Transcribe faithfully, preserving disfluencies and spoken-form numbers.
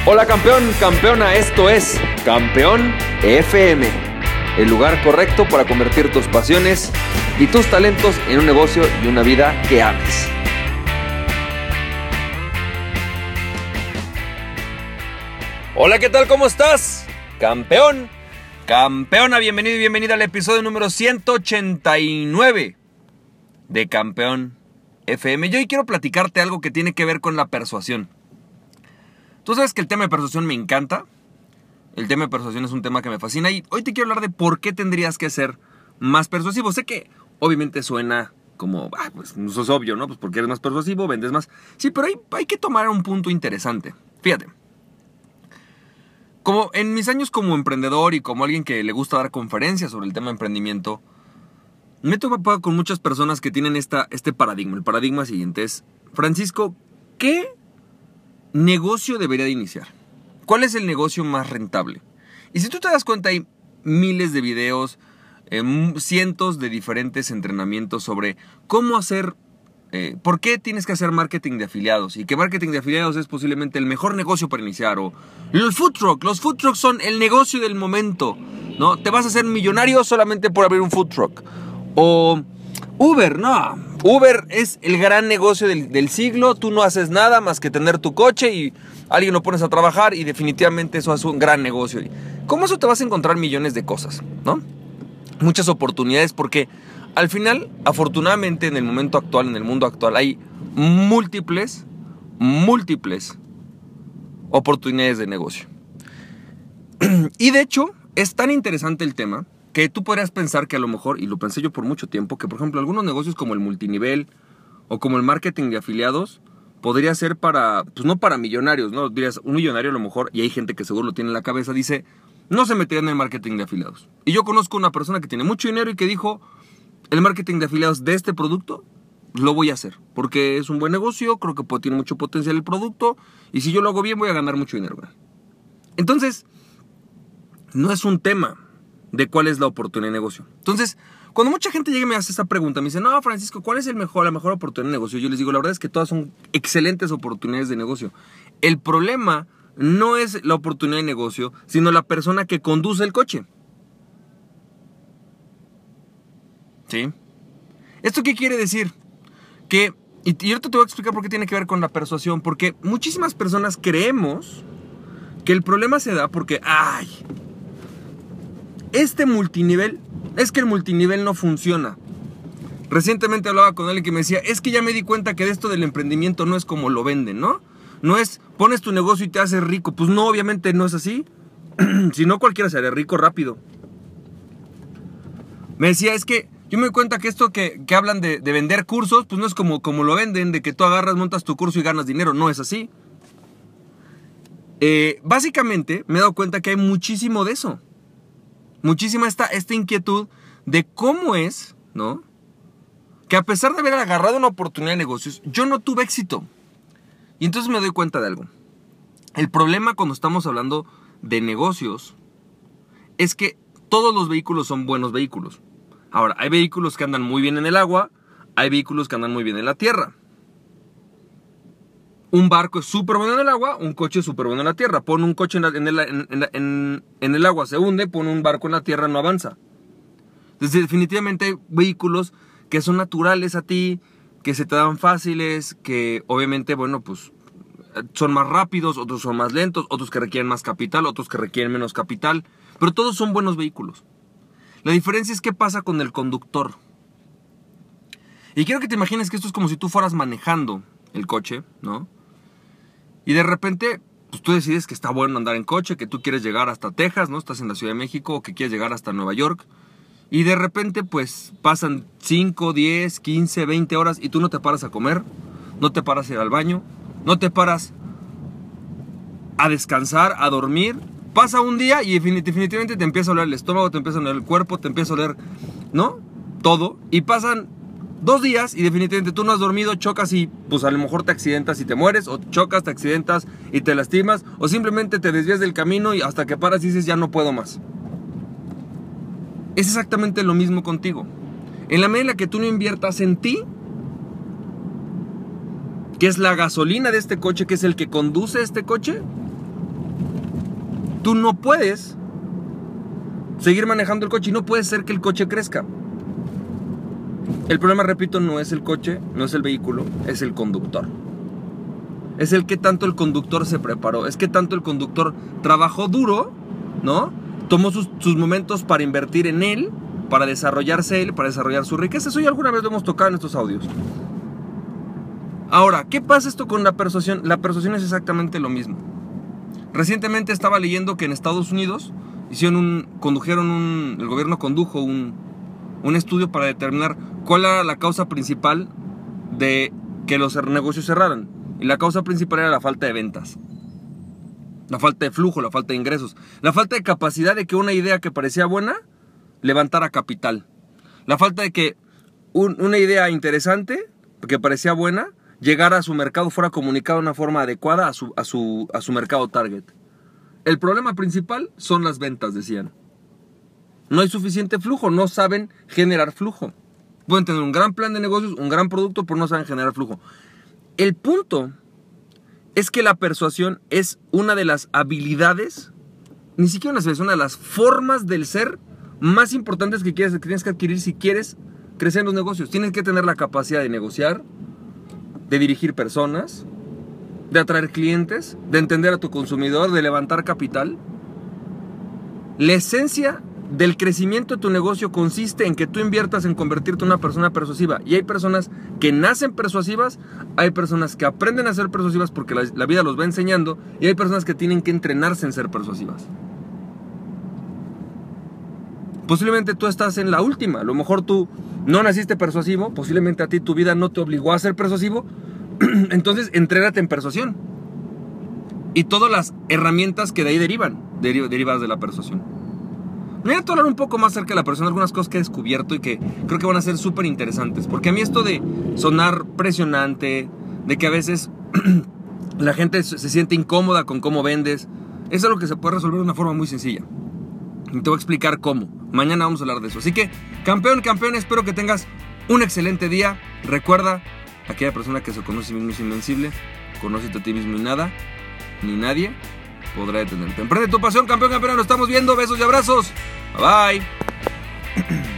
Hola campeón, campeona, esto es Campeón F M, el lugar correcto para convertir tus pasiones y tus talentos en un negocio y una vida que ames. Hola, ¿qué tal? ¿Cómo estás? Campeón, campeona, bienvenido y bienvenida al episodio número ciento ochenta y nueve de Campeón F M. Yo hoy quiero platicarte algo que tiene que ver con la persuasión. Tú sabes que el tema de persuasión me encanta. El tema de persuasión es un tema que me fascina. Y hoy te quiero hablar de por qué tendrías que ser más persuasivo. Sé que obviamente suena como, ah, pues eso es obvio, ¿no? Pues porque eres más persuasivo, vendes más. Sí, pero hay, hay que tomar un punto interesante. Fíjate. Como en mis años como emprendedor y como alguien que le gusta dar conferencias sobre el tema de emprendimiento, me he topado con muchas personas que tienen esta, este paradigma. El paradigma siguiente es, Francisco, ¿qué negocio debería de iniciar? ¿Cuál es el negocio más rentable? Y si tú te das cuenta, hay miles de videos, eh, cientos de diferentes entrenamientos sobre cómo hacer, eh, por qué tienes que hacer marketing de afiliados, y que marketing de afiliados es posiblemente el mejor negocio para iniciar, o el food truck, los food trucks son el negocio del momento, ¿no? Te vas a hacer millonario solamente por abrir un food truck. O Uber, no, Uber es el gran negocio del, del siglo. Tú no haces nada más que tener tu coche y alguien lo pones a trabajar y definitivamente eso es un gran negocio. ¿Cómo eso te vas a encontrar millones de cosas, ¿no? Muchas oportunidades, porque al final, afortunadamente en el momento actual, en el mundo actual, hay múltiples, múltiples oportunidades de negocio. Y de hecho, es tan interesante el tema que tú podrías pensar que a lo mejor, y lo pensé yo por mucho tiempo, que por ejemplo algunos negocios como el multinivel o como el marketing de afiliados podría ser para, pues no para millonarios, ¿no? Dirías, un millonario a lo mejor, y hay gente que seguro lo tiene en la cabeza, dice, no se metería en el marketing de afiliados. Y yo conozco una persona que tiene mucho dinero y que dijo, el marketing de afiliados de este producto lo voy a hacer, porque es un buen negocio, creo que tiene mucho potencial el producto, y si yo lo hago bien voy a ganar mucho dinero. Entonces, no es un tema de cuál es la oportunidad de negocio. Entonces, cuando mucha gente llega y me hace esta pregunta, me dice, no, Francisco, ¿cuál es el mejor, la mejor oportunidad de negocio? Yo les digo, la verdad es que todas son excelentes oportunidades de negocio. El problema no es la oportunidad de negocio, sino la persona que conduce el coche. ¿Sí? ¿Esto qué quiere decir? Que, y, y ahorita te voy a explicar por qué tiene que ver con la persuasión, porque muchísimas personas creemos que el problema se da porque, ay, este multinivel, es que el multinivel no funciona. Recientemente hablaba con alguien que me decía, es que ya me di cuenta que de esto del emprendimiento no es como lo venden, ¿no? No es, pones tu negocio y te haces rico. Pues no, obviamente no es así. Si no, cualquiera se haría rico rápido. Me decía, es que yo me doy cuenta que esto que, que hablan de, de vender cursos, pues no es como, como lo venden, de que tú agarras, montas tu curso y ganas dinero. No es así. Eh, básicamente me he dado cuenta que hay muchísimo de eso. Muchísima esta, esta inquietud de cómo es, ¿no? Que a pesar de haber agarrado una oportunidad de negocios, yo no tuve éxito. Y entonces me doy cuenta de algo. El problema cuando estamos hablando de negocios es que todos los vehículos son buenos vehículos. Ahora, hay vehículos que andan muy bien en el agua, hay vehículos que andan muy bien en la tierra. Un barco es súper bueno en el agua, un coche es súper bueno en la tierra. Pon un coche en, la, en, el, en, en, en el agua, se hunde, pon un barco en la tierra, no avanza. Entonces, definitivamente hay vehículos que son naturales a ti, que se te dan fáciles, que obviamente, bueno, pues son más rápidos, otros son más lentos, otros que requieren más capital, otros que requieren menos capital, pero todos son buenos vehículos. La diferencia es qué pasa con el conductor. Y quiero que te imagines que esto es como si tú fueras manejando el coche, ¿no? Y de repente, pues tú decides que está bueno andar en coche, que tú quieres llegar hasta Texas, ¿no? Estás en la Ciudad de México, o que quieres llegar hasta Nueva York. Y de repente, pues, pasan cinco, diez, quince, veinte horas y tú no te paras a comer, no te paras a ir al baño, no te paras a descansar, a dormir. Pasa un día y definitivamente te empieza a oler el estómago, te empieza a oler el cuerpo, te empieza a oler, ¿no? Todo. Y pasan dos días y definitivamente tú no has dormido, chocas y pues a lo mejor te accidentas y te mueres, o chocas, te accidentas y te lastimas, o simplemente te desvías del camino y hasta que paras y dices ya no puedo más. Es exactamente lo mismo contigo. En la medida en la que tú no inviertas en ti, que es la gasolina de este coche, que es el que conduce este coche, tú no puedes seguir manejando el coche y no puede ser que el coche crezca. El problema, repito, no es el coche, no es el vehículo, es el conductor. Es el que tanto el conductor se preparó, es que tanto el conductor trabajó duro, ¿no? Tomó sus, sus momentos para invertir en él, para desarrollarse él, para desarrollar su riqueza. Eso ya alguna vez lo hemos tocado en estos audios. Ahora, ¿qué pasa esto con la persuasión? La persuasión es exactamente lo mismo. Recientemente estaba leyendo que en Estados Unidos hicieron un, condujeron un, el gobierno condujo un, un estudio para determinar cuál era la causa principal de que los negocios cerraran. Y la causa principal era la falta de ventas, la falta de flujo, la falta de ingresos, la falta de capacidad de que una idea que parecía buena levantara capital, la falta de que un, una idea interesante que parecía buena llegara a su mercado, fuera comunicada de una forma adecuada a su, a su, a su mercado target. El problema principal son las ventas, decían. No hay suficiente flujo, no saben generar flujo. Pueden tener un gran plan de negocios, un gran producto, pero no saben generar flujo. El punto es que la persuasión es una de las habilidades, ni siquiera una, es una de las formas del ser más importantes que, quieres, que tienes que adquirir si quieres crecer en los negocios. Tienes que tener la capacidad de negociar, de dirigir personas, de atraer clientes, de entender a tu consumidor, de levantar capital. La esencia del crecimiento de tu negocio consiste en que tú inviertas en convertirte en una persona persuasiva. Y hay personas que nacen persuasivas, hay personas que aprenden a ser persuasivas porque la, la vida los va enseñando, y hay personas que tienen que entrenarse en ser persuasivas. Posiblemente tú estás en la última. A lo mejor tú no naciste persuasivo, posiblemente a ti tu vida no te obligó a ser persuasivo. Entonces entrénate en persuasión y todas las herramientas que de ahí derivan, deriv derivadas de la persuasión. Me voy a hablar un poco más acerca de la persona, algunas cosas que he descubierto y que creo que van a ser súper interesantes. Porque a mí esto de sonar presionante, de que a veces la gente se siente incómoda con cómo vendes, es algo que se puede resolver de una forma muy sencilla. Y te voy a explicar cómo. Mañana vamos a hablar de eso. Así que, campeón, campeón, espero que tengas un excelente día. Recuerda, aquella persona que se conoce a sí mismo es invencible. Conócete a ti mismo y nada, ni nadie podrá detenerte. Emprende tu pasión, campeón, campeona. Nos estamos viendo. Besos y abrazos. Bye bye.